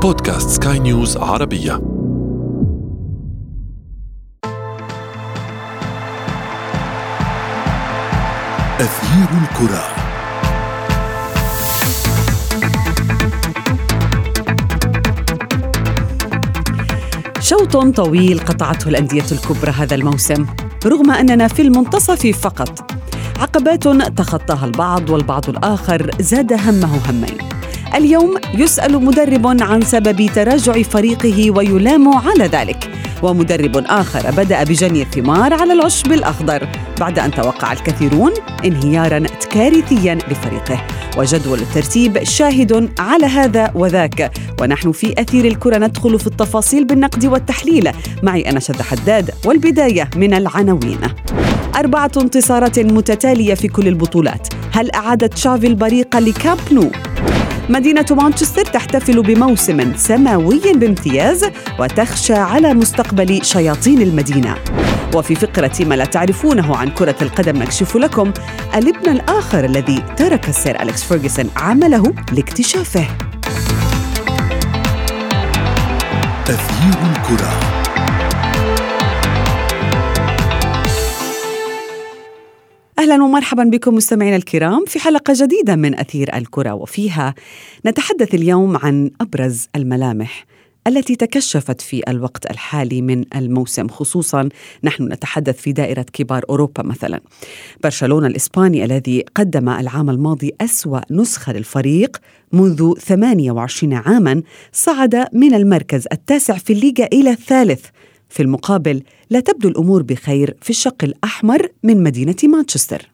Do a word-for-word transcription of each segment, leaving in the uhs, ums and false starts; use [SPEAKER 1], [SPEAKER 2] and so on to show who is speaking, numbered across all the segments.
[SPEAKER 1] بودكاست سكاي نيوز عربية. أثير الكرة.
[SPEAKER 2] شوط طويل قطعته الأندية الكبرى هذا الموسم، رغم أننا في المنتصف فقط. عقبات تخطاها البعض والبعض الآخر زاد همه همين. اليوم يسأل مدرب عن سبب تراجع فريقه ويلام على ذلك، ومدرب آخر بدأ بجني الثمار على العشب الأخضر بعد أن توقع الكثيرون انهياراً كارثياً لفريقه. وجدول الترتيب شاهد على هذا وذاك، ونحن في أثير الكرة ندخل في التفاصيل بالنقد والتحليل. معي أنا شذى حداد، والبداية من العناوين. أربعة انتصارات متتالية في كل البطولات. هل أعادت تشافي البريق لكامب نو؟ مدينة مانشستر تحتفل بموسم سماوي بامتياز وتخشى على مستقبل شياطين المدينة. وفي فقرة ما لا تعرفونه عن كرة القدم نكشف لكم الابن الآخر الذي ترك السير أليكس فيرغسون عمله لاكتشافه.
[SPEAKER 1] أثير الكرة.
[SPEAKER 2] أهلاً ومرحباً بكم مستمعينا الكرام في حلقة جديدة من أثير الكرة، وفيها نتحدث اليوم عن أبرز الملامح التي تكشفت في الوقت الحالي من الموسم، خصوصاً نحن نتحدث في دائرة كبار أوروبا. مثلاً برشلونة الإسباني الذي قدم العام الماضي أسوأ نسخة للفريق منذ ثمانية وعشرين عاماً، صعد من المركز التاسع في الليغا إلى الثالث. في المقابل لا تبدو الأمور بخير في الشق الأحمر من مدينة مانشستر.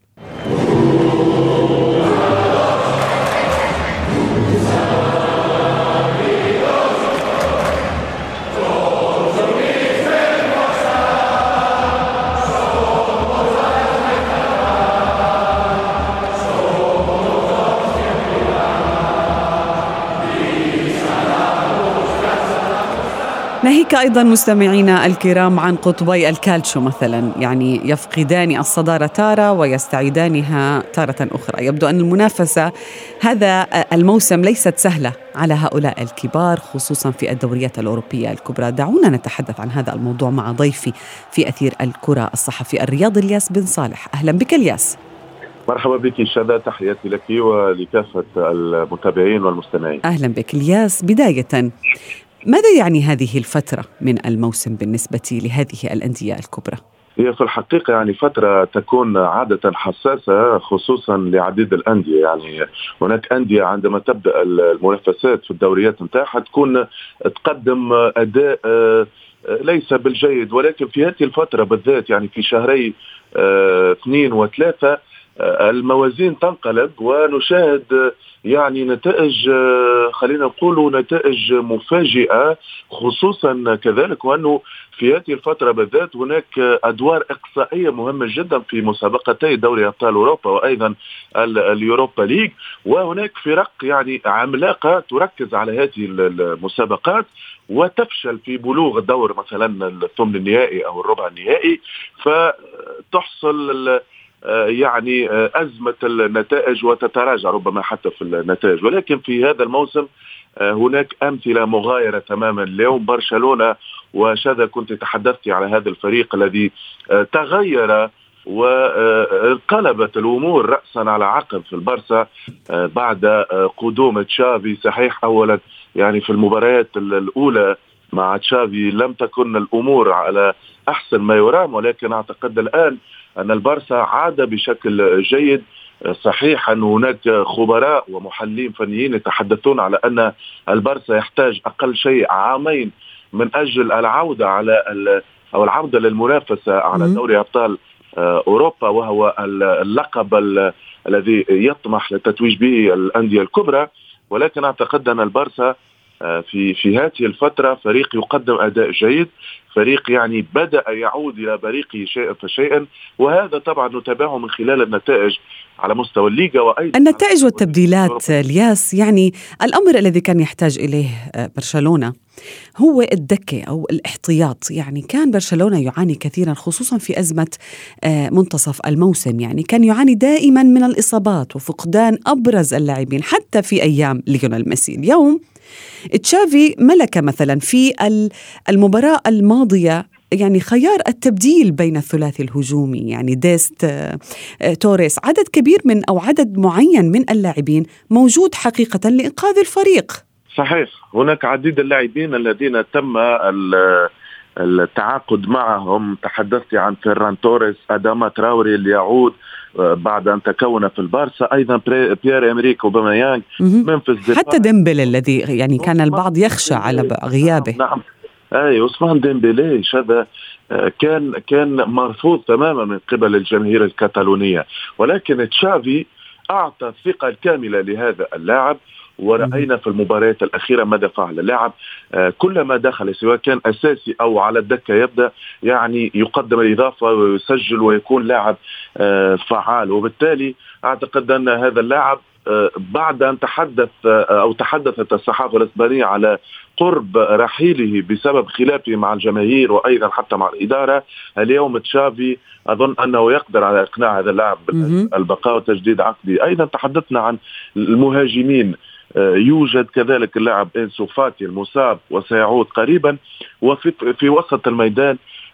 [SPEAKER 2] ناهيك أيضا مستمعينا الكرام عن قطبي الكالتشو مثلا، يعني يفقدان الصدارة تارة ويستعيدانها تارة أخرى. يبدو أن المنافسة هذا الموسم ليست سهلة على هؤلاء الكبار، خصوصا في الدوريات الأوروبية الكبرى. دعونا نتحدث عن هذا الموضوع مع ضيفي في أثير الكرة الصحفي الرياضي الياس بن صالح. أهلا بك الياس.
[SPEAKER 3] مرحبا بك شذى، تحياتي لك ولكافة المتابعين والمستمعين.
[SPEAKER 2] أهلا بك الياس. بداية، ماذا يعني هذه الفترة من الموسم بالنسبة لهذه الأندية الكبرى؟
[SPEAKER 3] هي في الحقيقة يعني فترة تكون عادة حساسة خصوصا لعديد الأندية. يعني هناك أندية عندما تبدأ المنافسات في الدوريات نتاعها تكون تقدم أداء ليس بالجيد، ولكن في هذه الفترة بالذات يعني في شهري اثنين وثلاثة الموازين تنقلب ونشاهد يعني نتائج، خلينا نقول نتائج مفاجئة، خصوصا كذلك وأنه في هذه الفترة بالذات هناك أدوار إقصائية مهمة جدا في مسابقتي دوري أبطال أوروبا وأيضا اليوروبا ليج، وهناك فرق يعني عملاقة تركز على هذه المسابقات وتفشل في بلوغ الدور مثلا الثمن النهائي أو الربع النهائي، فتحصل يعني أزمة النتائج وتتراجع ربما حتى في النتائج. ولكن في هذا الموسم هناك أمثلة مغايرة تماما. اليوم برشلونة، وشذا كنت تحدثت على هذا الفريق الذي تغير وانقلبت الأمور رأسا على عقب في البارسا بعد قدوم تشافي. صحيح أولا يعني في المباريات الأولى مع تشافي لم تكن الأمور على أحسن ما يرام، ولكن أعتقد الآن أن البارسا عاد بشكل جيد. صحيح أن هناك خبراء ومحللين فنيين يتحدثون على أن البارسا يحتاج أقل شيء عامين من أجل العودة على أو العودة للمنافسة على دوري أبطال أوروبا، وهو اللقب الذي يطمح للتتويج به الأندية الكبرى. ولكن أعتقد أن البارسا في في هذه الفترة فريق يقدم أداء جيد، فريق يعني بدأ يعود إلى بريقه شيئا فشيئا، وهذا طبعا نتابعه من خلال النتائج على مستوى الليغا وأيضا
[SPEAKER 2] النتائج والتبديلات. الياس، يعني الأمر الذي كان يحتاج إليه برشلونة هو الدكة أو الاحتياط. يعني كان برشلونة يعاني كثيرا خصوصا في أزمة منتصف الموسم، يعني كان يعاني دائما من الإصابات وفقدان أبرز اللاعبين حتى في أيام ليونيل ميسي. اليوم تشافي ملك مثلا في المباراة الماضية يعني خيار التبديل بين الثلاثي الهجومي، يعني ديست توريس، عدد كبير من أو عدد معين من اللاعبين موجود حقيقة لإنقاذ الفريق.
[SPEAKER 3] صحيح، هناك عديد اللاعبين الذين تم التعاقد معهم. تحدثت عن فيران توريس، أداما تراوري اللي يعود بعد أن تكون في البارسا، أيضا بيير إمريك وباميانغ،
[SPEAKER 2] منفذ حتى ديمبلي الذي يعني كان البعض يخشى على غيابه.
[SPEAKER 3] نعم، أي عثمان ديمبلي هذا كان كان مرفوض تماما من قبل الجماهير الكتالونية، ولكن تشافي أعطى الثقة الكاملة لهذا اللاعب، ورأينا في المباريات الأخيرة ماذا فعل اللاعب. كلما دخل سواء كان أساسي أو على الدكة يبدأ يعني يقدم الإضافة ويسجل ويكون لاعب فعال، وبالتالي أعتقد أن هذا اللاعب بعد أن تحدث أو تحدثت الصحافة الإسبانية على قرب رحيله بسبب خلافه مع الجماهير وأيضا حتى مع الإدارة، اليوم تشافي أظن أنه يقدر على إقناع هذا اللاعب بالبقاء وتجديد عقده. أيضا تحدثنا عن المهاجمين، يوجد كذلك اللاعب إنسو فاتي المصاب وسيعود قريبا، وفي في وسط الميدان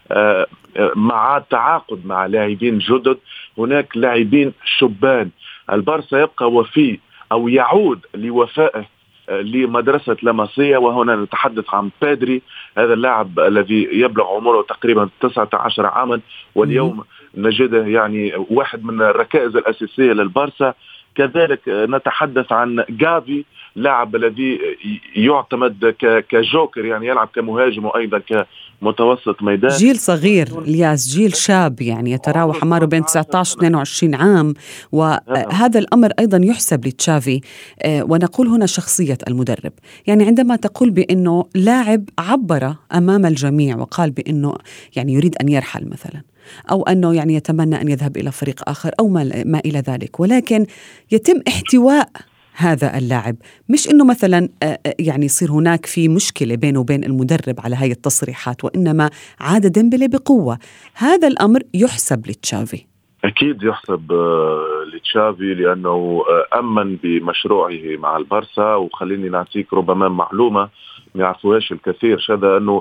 [SPEAKER 3] مع التعاقد مع لاعبين جدد هناك لاعبين شبان. البارسا يبقى وفي أو يعود لوفائه لمدرسة لاماسيا، وهنا نتحدث عن بيدري، هذا اللاعب الذي يبلغ عمره تقريبا تسعة عشر عاما، واليوم نجده يعني واحد من الركائز الأساسية للبارسا. كذلك نتحدث عن جافي، لاعب الذي يعتمد كجوكر، يعني يلعب كمهاجم وأيضا كمتوسط ميدان.
[SPEAKER 2] جيل صغير الياس، جيل شاب يعني يتراوح أعماره بين تسعة عشر واثنين وعشرين عام، وهذا الأمر أيضا يحسب لتشافي. ونقول هنا شخصية المدرب، يعني عندما تقول بأنه لاعب عبر أمام الجميع وقال بأنه يعني يريد أن يرحل مثلا، أو أنه يعني يتمنى أن يذهب إلى فريق آخر أو ما إلى ذلك، ولكن يتم احتواء هذا اللاعب، مش إنه مثلا يعني يصير هناك في مشكلة بينه وبين المدرب على هاي التصريحات، وإنما عاد ديمبلي بقوة. هذا الأمر يحسب لتشافي،
[SPEAKER 3] أكيد يحسب لتشافي، لأنه أمن بمشروعه مع البارسا. وخليني نعطيك ربما معلومة ما يعرفوهاش الكثير، شذا أنه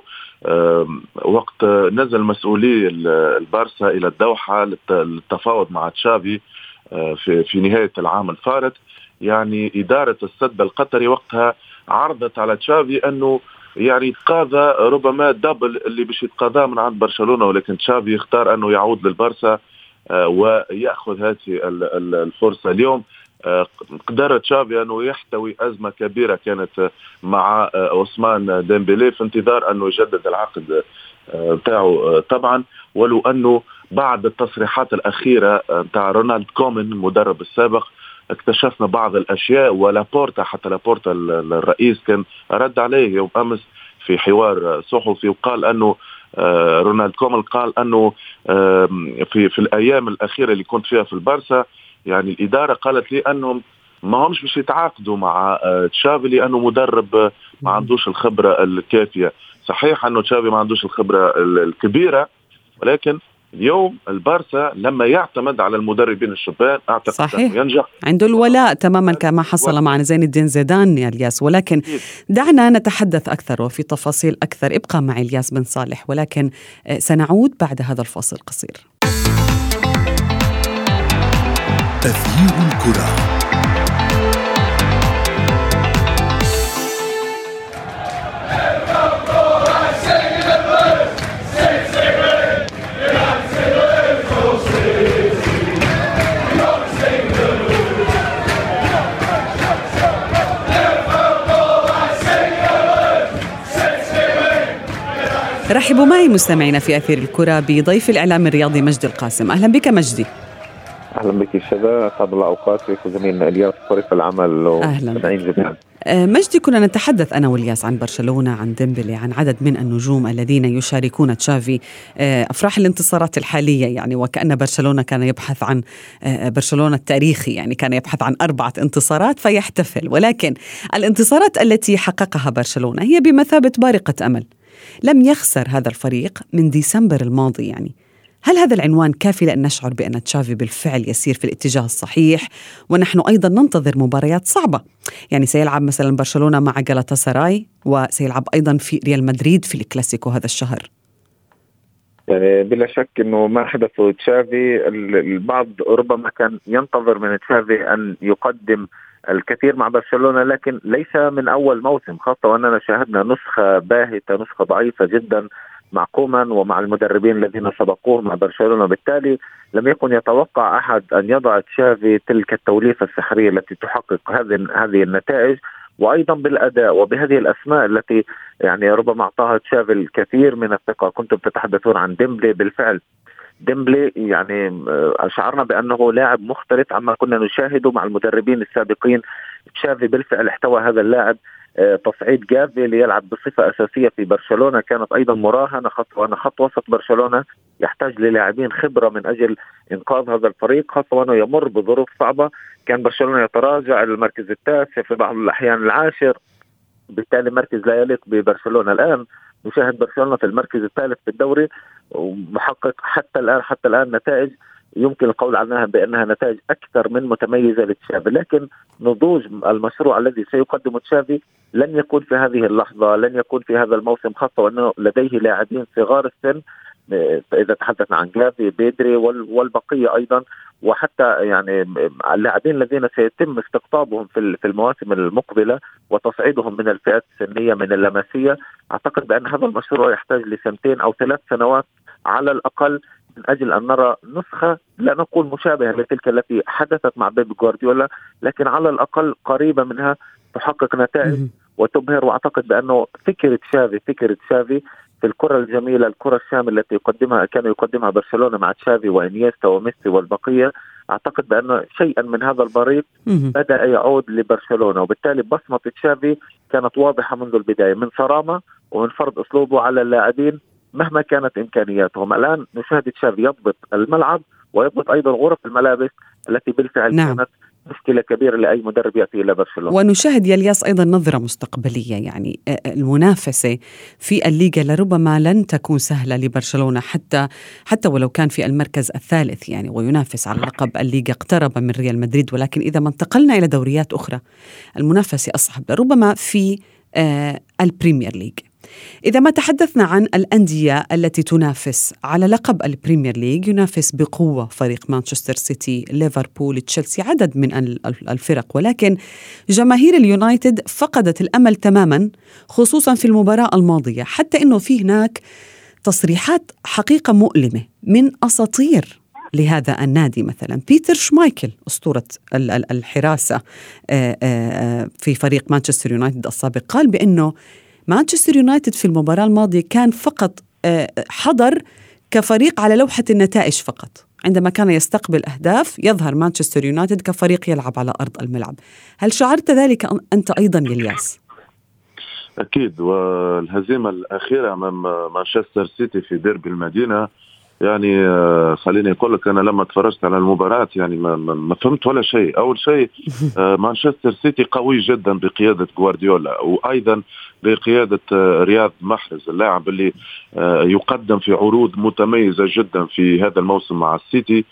[SPEAKER 3] وقت نزل مسؤولي البارسا إلى الدوحة للتفاوض مع تشافي في في نهاية العام الفارط، يعني إدارة السد القطري وقتها عرضت على تشافي أنه يعني يتقاضى ربما دبل اللي باش يتقاضاه من عند برشلونة، ولكن تشافي اختار أنه يعود للبارسا ويأخذ هذه الفرصة. اليوم قدر تشافي أنه يحتوي أزمة كبيرة كانت مع عثمان ديمبلي في انتظار أنه يجدد العقد بتاعه طبعا، ولو أنه بعد التصريحات الأخيرة بتاع رونالد كومان المدرب السابق اكتشفنا بعض الأشياء، ولابورتا حتى لابورتا الرئيس كان رد عليه يوم أمس في حوار صحفي، وقال أنه رونالد كومان قال أنه في في الأيام الأخيرة اللي كنت فيها في البارسا يعني الإدارة قالت لي أنهم ما همش باش يتعاقدوا مع تشافي لأنه مدرب ما عندوش الخبرة الكافية. صحيح أنه تشافي ما عندوش الخبرة الكبيرة، ولكن اليوم البارسا لما يعتمد على المدربين الشبان أعتقد
[SPEAKER 2] صحيح
[SPEAKER 3] ينجح،
[SPEAKER 2] عنده الولاء تماما كما حصل مع زين الدين زيدان يا الياس. ولكن دعنا نتحدث أكثر وفي تفاصيل أكثر. ابقى مع الياس بن صالح، ولكن سنعود بعد هذا الفاصل القصير.
[SPEAKER 1] تغيير الكرة.
[SPEAKER 2] رحبوا معي مستمعينا في أثير الكرة بضيف الإعلام الرياضي مجدي القاسم. أهلا بك مجدي.
[SPEAKER 4] أهلا بك شذا، أسعد الله أوقاتك وزميلنا إلياس فريق العمل.
[SPEAKER 2] أهلا مجدي. كنا نتحدث أنا والياس عن برشلونة، عن ديمبلي، عن عدد من النجوم الذين يشاركون تشافي أفراح الانتصارات الحالية، يعني وكأن برشلونة كان يبحث عن برشلونة التاريخي، يعني كان يبحث عن أربعة انتصارات فيحتفل، ولكن الانتصارات التي حققها برشلونة هي بمثابة بارقة أمل. لم يخسر هذا الفريق من ديسمبر الماضي، يعني هل هذا العنوان كافي لأن نشعر بأن تشافي بالفعل يسير في الاتجاه الصحيح؟ ونحن أيضا ننتظر مباريات صعبة، يعني سيلعب مثلا برشلونة مع غالاتاساراي، وسيلعب أيضا في ريال مدريد في الكلاسيكو هذا الشهر.
[SPEAKER 4] يعني بلا شك انه ما حدثه تشافي، البعض ربما كان ينتظر من تشافي ان يقدم الكثير مع برشلونة، لكن ليس من اول موسم، خاصة واننا شاهدنا نسخة باهتة، نسخة ضعيفة جدا مع كومان ومع المدربين الذين سبقوه مع برشلونة. بالتالي لم يكن يتوقع احد ان يضع تشافي تلك التوليفة السحرية التي تحقق هذه هذه النتائج، وايضا بالاداء وبهذه الاسماء التي يعني ربما اعطاها تشافي الكثير من الثقه. كنتم تتحدثون عن ديمبلي، بالفعل ديمبلي يعني شعرنا بانه لاعب مختلف عما كنا نشاهده مع المدربين السابقين. تشافي بالفعل احتوى هذا اللاعب. تصعيد جافي ليلعب بصفه اساسيه في برشلونه كانت ايضا مراهنه، خط وانا خط وسط برشلونه يحتاج للاعبين خبره من اجل انقاذ هذا الفريق، خاصه وانه يمر بظروف صعبه. كان برشلونه يتراجع الى المركز التاسع، في بعض الاحيان العاشر، بالتالي مركز لا يليق ببرشلونه. الان نشاهد برشلونه في المركز الثالث في الدوري، ومحقق حتى الان حتى الان نتائج يمكن القول عنها بأنها نتائج أكثر من متميزة لتشافي. لكن نضوج المشروع الذي سيقدمه تشافي لن يكون في هذه اللحظة، لن يكون في هذا الموسم، خاصة وأنه لديه لاعبين صغار السن، إذا تحدثنا عن جافي، بيدري والبقية أيضا، وحتى يعني اللاعبين الذين سيتم استقطابهم في المواسم المقبلة وتصعيدهم من الفئات السنية من اللمسية. أعتقد بأن هذا المشروع يحتاج لسنتين أو ثلاث سنوات على الأقل من أجل أن نرى نسخة لا نقول مشابهة لتلك التي حدثت مع بيب جوارديولا، لكن على الأقل قريبة منها، تحقق نتائج وتبهر. وأعتقد بأنه فكرة تشافي فكرة تشافي في الكرة الجميلة، الكرة الشاملة التي يقدمها كانوا يقدمها برشلونة مع تشافي وإنيستا وميسي والبقية، أعتقد بأنه شيئا من هذا البريق بدأ يعود لبرشلونة. وبالتالي بصمة تشافي كانت واضحة منذ البداية، من صرامة ومن فرض أسلوبه على اللاعبين مهما كانت إمكانياتهم. الآن نشاهد تشافي يضبط الملعب ويضبط أيضا غرف الملابس التي بالفعل نعم. كانت مشكلة كبيرة لأي مدرب يأتي إلى برشلونة.
[SPEAKER 2] ونشاهد يا الياس أيضا نظرة مستقبلية، يعني المنافسة في الليغا لربما لن تكون سهلة لبرشلونة، حتى حتى ولو كان في المركز الثالث يعني وينافس على لقب الليغا، اقترب من ريال مدريد. ولكن إذا ما انتقلنا إلى دوريات أخرى المنافسة أصعب، ربما في آه البريمير ليج. إذا ما تحدثنا عن الأندية التي تنافس على لقب البريمير ليج، ينافس بقوة فريق مانشستر سيتي، ليفربول، تشيلسي، عدد من الفرق. ولكن جماهير اليونايتد فقدت الأمل تماما، خصوصا في المباراة الماضية، حتى أنه في هناك تصريحات حقيقة مؤلمة من أساطير لهذا النادي، مثلا بيتر شمايكل أسطورة الحراسة في فريق مانشستر يونايتد السابق، قال بأنه مانشستر يونايتد في المباراة الماضية كان فقط حضر كفريق على لوحة النتائج فقط، عندما كان يستقبل أهداف يظهر مانشستر يونايتد كفريق يلعب على أرض الملعب. هل شعرت ذلك أنت أيضا يلياس؟
[SPEAKER 3] أكيد، والهزيمة الأخيرة أمام مانشستر سيتي في ديربي المدينة، يعني خليني أقول لك أنا لما تفرجت على المباراة يعني ما, ما فهمت ولا شيء. أول شيء مانشستر سيتي قوي جدا بقيادة جوارديولا، وأيضا بقيادة رياض محرز، اللاعب اللي يقدم في عروض متميزة جدا في هذا الموسم مع السيتي.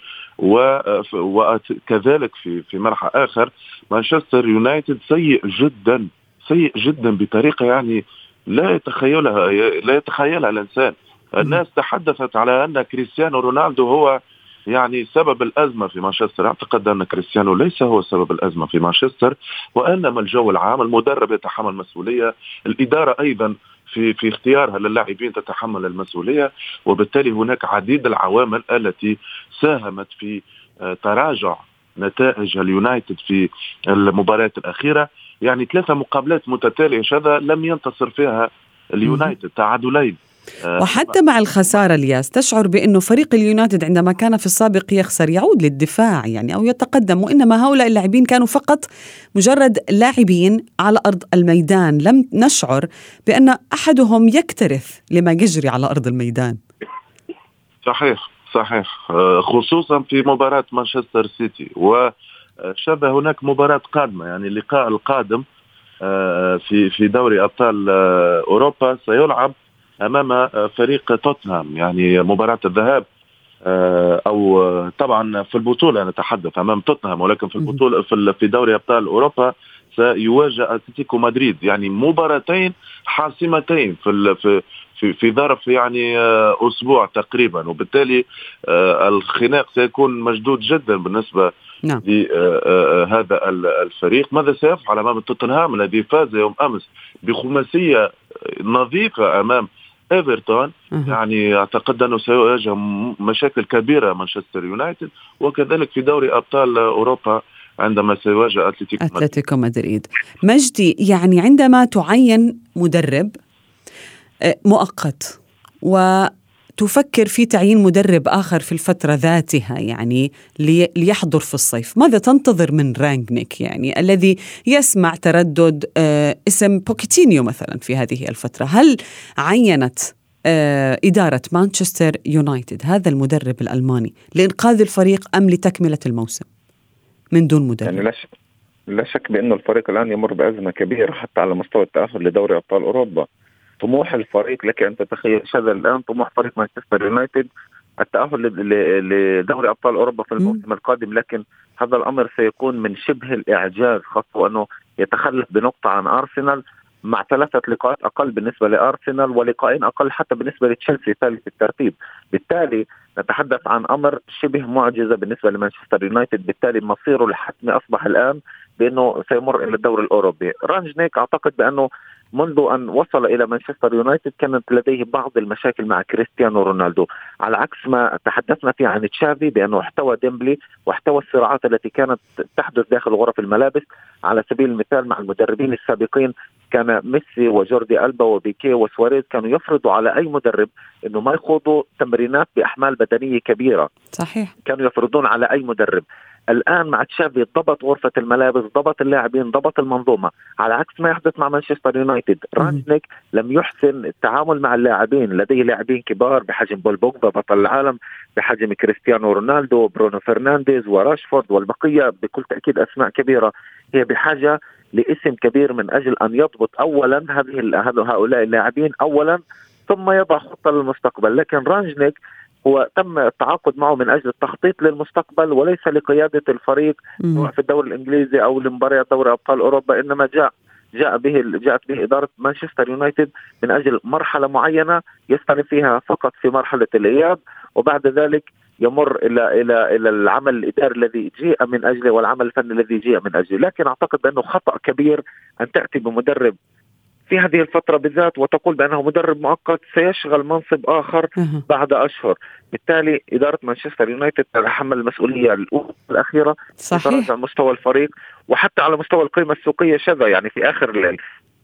[SPEAKER 3] وكذلك في في مرحلة آخر مانشستر يونايتد سيء جدا سيء جدا بطريقة يعني لا يتخيلها لا يتخيلها الإنسان. الناس تحدثت على أن كريستيانو رونالدو هو يعني سبب الأزمة في مانشستر. أعتقد أن كريستيانو ليس هو سبب الأزمة في مانشستر، وإنما الجو العام، المدرب يتحمل مسؤولية، الإدارة أيضا في في اختيارها للاعبين تتحمل المسؤولية. وبالتالي هناك عديد العوامل التي ساهمت في تراجع نتائج اليونايتد في المباريات الأخيرة. يعني ثلاثة مقابلات متتالية شذا لم ينتصر فيها اليونايتد، تعادلين.
[SPEAKER 2] وحتى مع الخسارة الياس تشعر بأنه فريق اليونايتد عندما كان في السابق يخسر يعود للدفاع يعني أو يتقدم، وإنما هؤلاء اللاعبين كانوا فقط مجرد لاعبين على أرض الميدان، لم نشعر بأن أحدهم يكترث لما يجري على أرض الميدان.
[SPEAKER 3] صحيح صحيح، خصوصا في مباراة مانشستر سيتي، وشبه هناك مباراة قادمة، يعني اللقاء القادم في في دوري أبطال أوروبا سيلعب أمام فريق توتنهام، يعني مباراة الذهاب أو طبعا في البطولة نتحدث أمام توتنهام، ولكن في البطولة في دوري أبطال أوروبا سيواجه أتلتيكو مدريد، يعني مباراتين حاسمتين في في في ظرف يعني أسبوع تقريبا، وبالتالي الخناق سيكون مشدود جدا بالنسبة نعم. لهذا الفريق. ماذا سيفعل أمام توتنهام الذي فاز يوم أمس بخماسية نظيفة أمام إيفرتون؟ أه. يعني أعتقد أنه سيواجه مشاكل كبيرة مانشستر يونايتد، وكذلك في دوري أبطال أوروبا عندما سيواجه أتلتيكو,
[SPEAKER 2] أتلتيكو مدريد. مجدي، يعني عندما تعين مدرب مؤقت وتفكر في تعيين مدرب آخر في الفترة ذاتها، يعني ليحضر في الصيف، ماذا تنتظر من رانغنيك يعني الذي يسمع تردد اسم بوكيتينيو مثلا في هذه الفترة؟ هل عينت إدارة مانشستر يونايتد هذا المدرب الألماني لإنقاذ الفريق أم لتكملة الموسم من دون مدرب؟
[SPEAKER 4] يعني لا شك, لا شك بأنه الفريق الآن يمر بأزمة كبيرة حتى على مستوى التأهل لدوري أبطال أوروبا. طموح الفريق، لك أن تتخيل هذا الآن طموح فريق مانشستر يونايتد التأهل لدوري أبطال أوروبا في الموسم القادم، لكن هذا الأمر سيكون من شبه الإعجاز، خاصة أنه يتخلف بنقطة عن أرسنال مع ثلاثة لقاءات أقل بالنسبة لأرسنال ولقاءين أقل حتى بالنسبة لتشيلسي ثالث الترتيب. بالتالي نتحدث عن أمر شبه معجزة بالنسبة لمانشستر يونايتد. بالتالي مصيره الحتمي أصبح الآن بأنه سيمر إلى الدوري الأوروبي. رانجنيك أعتقد بأنه منذ أن وصل إلى مانشستر يونايتد كانت لديه بعض المشاكل مع كريستيانو رونالدو، على عكس ما تحدثنا فيه عن تشافي بأنه احتوى ديمبلي واحتوى الصراعات التي كانت تحدث داخل غرف الملابس. على سبيل المثال مع المدربين السابقين كان ميسي وجوردي ألبا وبيكي وسواريز كانوا يفرضوا على أي مدرب أنه ما يخوضوا تمرينات بأحمال بدنية كبيرة.
[SPEAKER 2] صحيح.
[SPEAKER 4] كانوا يفرضون على أي مدرب. الآن مع تشافي ضبط غرفة الملابس، ضبط اللاعبين، ضبط المنظومة، على عكس ما يحدث مع مانشستر يونايتد. رانجنيك لم يحسن التعامل مع اللاعبين، لديه لاعبين كبار بحجم بول بوجبا بطل العالم، بحجم كريستيانو رونالدو، برونو فرنانديز وراشفورد والبقية، بكل تأكيد أسماء كبيرة. هي بحاجة لاسم كبير من أجل أن يضبط أولا هذه هؤلاء اللاعبين أولا، ثم يضع خطة للمستقبل. لكن رانجنيك هو تم التعاقد معه من أجل التخطيط للمستقبل وليس لقيادة الفريق سواء في الدوري الإنجليزي أو لمباريات دوري أبطال أوروبا، إنما جاء جاء به جاءت به إدارة مانشستر يونايتد من أجل مرحلة معينة يستلم فيها فقط في مرحلة الإياب، وبعد ذلك يمر إلى إلى إلى العمل الإداري الذي جاء من أجله والعمل الفني الذي جاء من أجله. لكن أعتقد بأنه خطأ كبير أن تأتي بمدرب في هذه الفترة بالذات وتقول بأنه مدرب مؤقت سيشغل منصب آخر بعد أشهر. بالتالي إدارة مانشستر يونايتد تتحمل المسؤولية الأولى والأخيرة على مستوى الفريق وحتى على مستوى القيمة السوقية شذا. يعني في آخر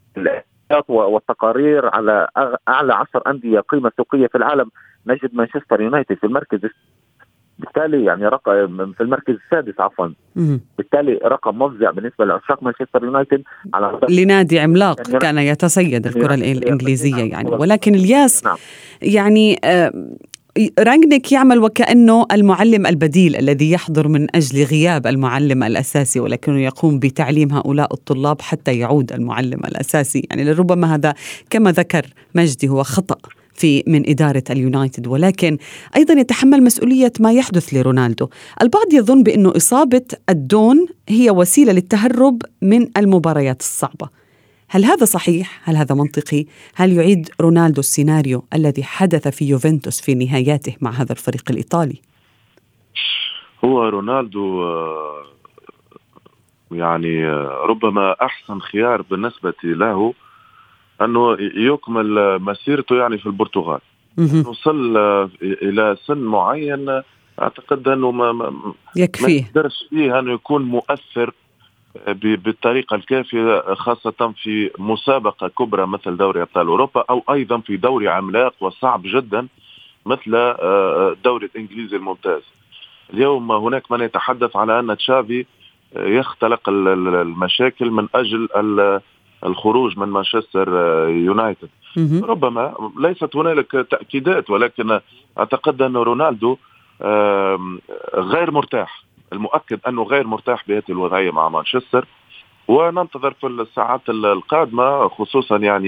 [SPEAKER 4] والتقارير على أعلى عشر أندية قيمة سوقية في العالم نجد مانشستر يونايتد في المركز، بالتالي يعني رقم في المركز السادس عفوا. بالتالي رقم مفزع بالنسبة لعشاق مانشستر يونايتد على
[SPEAKER 2] لنادي عملاق يعني كان يتسيد الكرة الإنجليزية يعني. ولكن الياس نعم. يعني آه رانغنيك يعمل وكأنه المعلم البديل الذي يحضر من أجل غياب المعلم الأساسي، ولكنه يقوم بتعليم هؤلاء الطلاب حتى يعود المعلم الأساسي. يعني لربما هذا كما ذكر مجدي هو خطأ في من إدارة اليونايتد، ولكن أيضا يتحمل مسؤولية ما يحدث لرونالدو. البعض يظن بأنه إصابة الدون هي وسيلة للتهرب من المباريات الصعبة. هل هذا صحيح؟ هل هذا منطقي؟ هل يعيد رونالدو السيناريو الذي حدث في يوفنتوس في نهاياته مع هذا الفريق الإيطالي؟
[SPEAKER 3] هو رونالدو يعني ربما أحسن خيار بالنسبة له أنه يكمل مسيرته يعني في البرتغال. وصل إلى سن معين أعتقد أنه ما, ما
[SPEAKER 2] يكفيه،
[SPEAKER 3] ما يقدرش فيه أنه يكون مؤثر بالطريقة الكافية، خاصة في مسابقة كبرى مثل دوري أبطال أوروبا أو أيضا في دوري عملاق وصعب جدا مثل الدوري الإنجليزي الممتاز. اليوم هناك من يتحدث على أن تشافي يختلق المشاكل من أجل الخروج من مانشستر يونايتد. ربما ليست هنالك تأكيدات، ولكن أعتقد أن رونالدو غير مرتاح. المؤكد أنه غير مرتاح بهذه الوضعية مع مانشستر، وننتظر في الساعات القادمة خصوصا يعني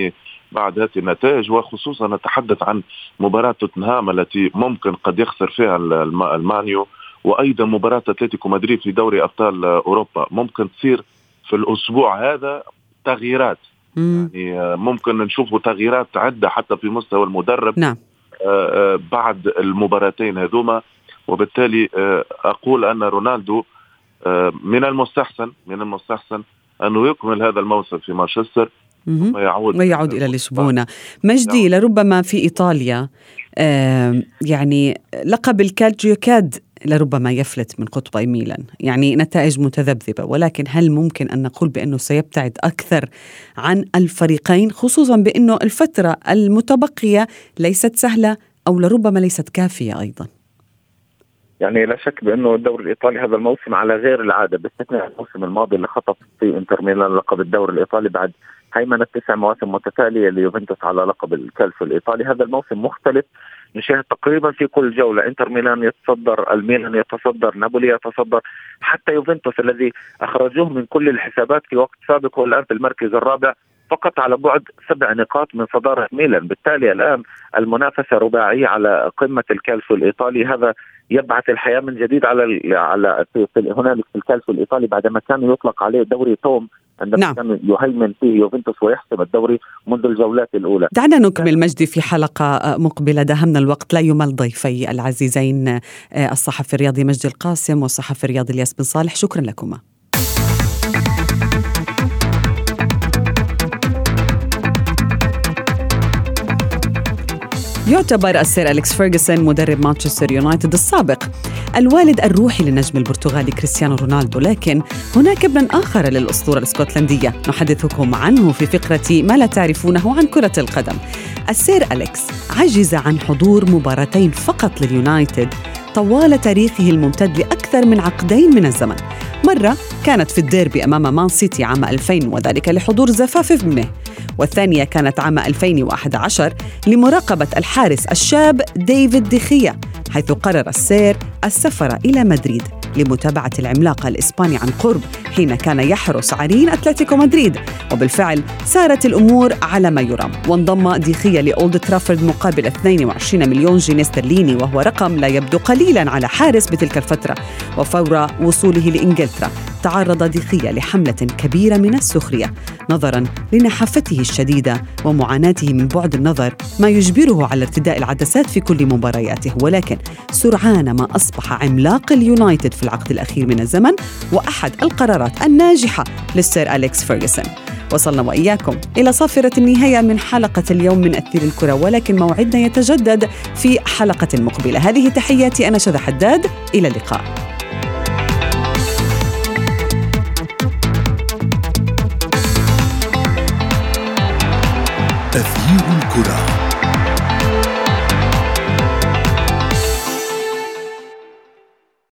[SPEAKER 3] بعد هذه النتائج، وخصوصا نتحدث عن مباراة توتنهام التي ممكن قد يخسر فيها المانيو، وأيضا مباراة أتلتيكو مدريد في دوري أبطال أوروبا. ممكن تصير في الأسبوع هذا تغييرات،
[SPEAKER 2] مم.
[SPEAKER 3] يعني ممكن نشوفوا تغييرات عدة حتى في مستوى المدرب
[SPEAKER 2] نعم.
[SPEAKER 3] بعد المباراتين هذوما. وبالتالي أقول أن رونالدو من المستحسن من المستحسن أنه يكمل هذا الموسم في مانشستر
[SPEAKER 2] ويعود, ويعود إلى لشبونة. مجدي، لربما في إيطاليا آه يعني لقب الكالتشيو كاد لربما يفلت من قطبي ميلان، يعني نتائج متذبذبة، ولكن هل ممكن أن نقول بأنه سيبتعد أكثر عن الفريقين، خصوصا بأنه الفترة المتبقية ليست سهلة أو لربما ليست كافية أيضا؟
[SPEAKER 4] يعني لا شك بأنه الدوري الإيطالي هذا الموسم على غير العادة، باستثناء الموسم الماضي اللي خطف في انتر ميلان لقب الدوري الإيطالي بعد هيمنة تسع مواسم متتالية ليوفنتوس على لقب الكالتشيو الإيطالي. هذا الموسم مختلف، نشاهد تقريبا في كل جولة انتر ميلان يتصدر، الميلان يتصدر، نابولي يتصدر، حتى يوفنتوس الذي أخرجوه من كل الحسابات في وقت سابق والآن في المركز الرابع فقط على بعد سبع نقاط من صدارة ميلان. بالتالي الآن المنافسة رباعية على قمة الكالتشيو الإيطالي. هذا يبعث الحياة من جديد على على في هنالك في الكالتشيو الإيطالي بعدما كان يطلق عليه دوري توم، عندما نعم. كان يهيمن فيه يوفنتوس ويحسم الدوري منذ الجولات الأولى.
[SPEAKER 2] دعنا نكمل مجدي في حلقة مقبلة، داهمنا الوقت لا يمل. ضيفي العزيزين الصحفي الرياضي مجدي القاسم والصحفي الرياضي الياس بن صالح، شكرا لكما. يعتبر السير أليكس فيرغسون مدرب مانشستر يونايتد السابق الوالد الروحي للنجم البرتغالي كريستيانو رونالدو، لكن هناك ابن آخر للأسطورة الاسكتلندية نحدثكم عنه في فقرة ما لا تعرفونه عن كرة القدم. السير أليكس عجز عن حضور مباراتين فقط لليونايتد طوال تاريخه الممتد لأكثر من عقدين من الزمن. مرة كانت في الديربي أمام مان سيتي عام ألفين وذلك لحضور زفاف ابنه، والثانية كانت عام ألفين وأحد عشر لمراقبة الحارس الشاب ديفيد ديخيا، حيث قرر السير السفر إلى مدريد لمتابعة العملاق الإسباني عن قرب حين كان يحرس عرين أتلتيكو مدريد. وبالفعل سارت الأمور على ما يرام، وانضم ديخيا لأولد ترافورد مقابل اثنين وعشرين مليون جنيه استرليني، وهو رقم لا يبدو قليلا على حارس بتلك الفترة. وفور وصوله لإنجلترا تعرض ديخيا لحملة كبيرة من السخرية نظرا لنحافته الشديدة ومعاناته من بعد النظر، ما يجبره على ارتداء العدسات في كل مبارياته. ولكن سرعان ما أصبح عملاق اليونايتد في العقد الأخير من الزمن وأحد القرارات الناجحة للسير أليكس فيرغسون. وصلنا وإياكم إلى صافرة النهاية من حلقة اليوم من أثير الكرة، ولكن موعدنا يتجدد في حلقة مقبلة. هذه تحياتي، أنا شذى حداد، إلى اللقاء.
[SPEAKER 1] أثير الكرة.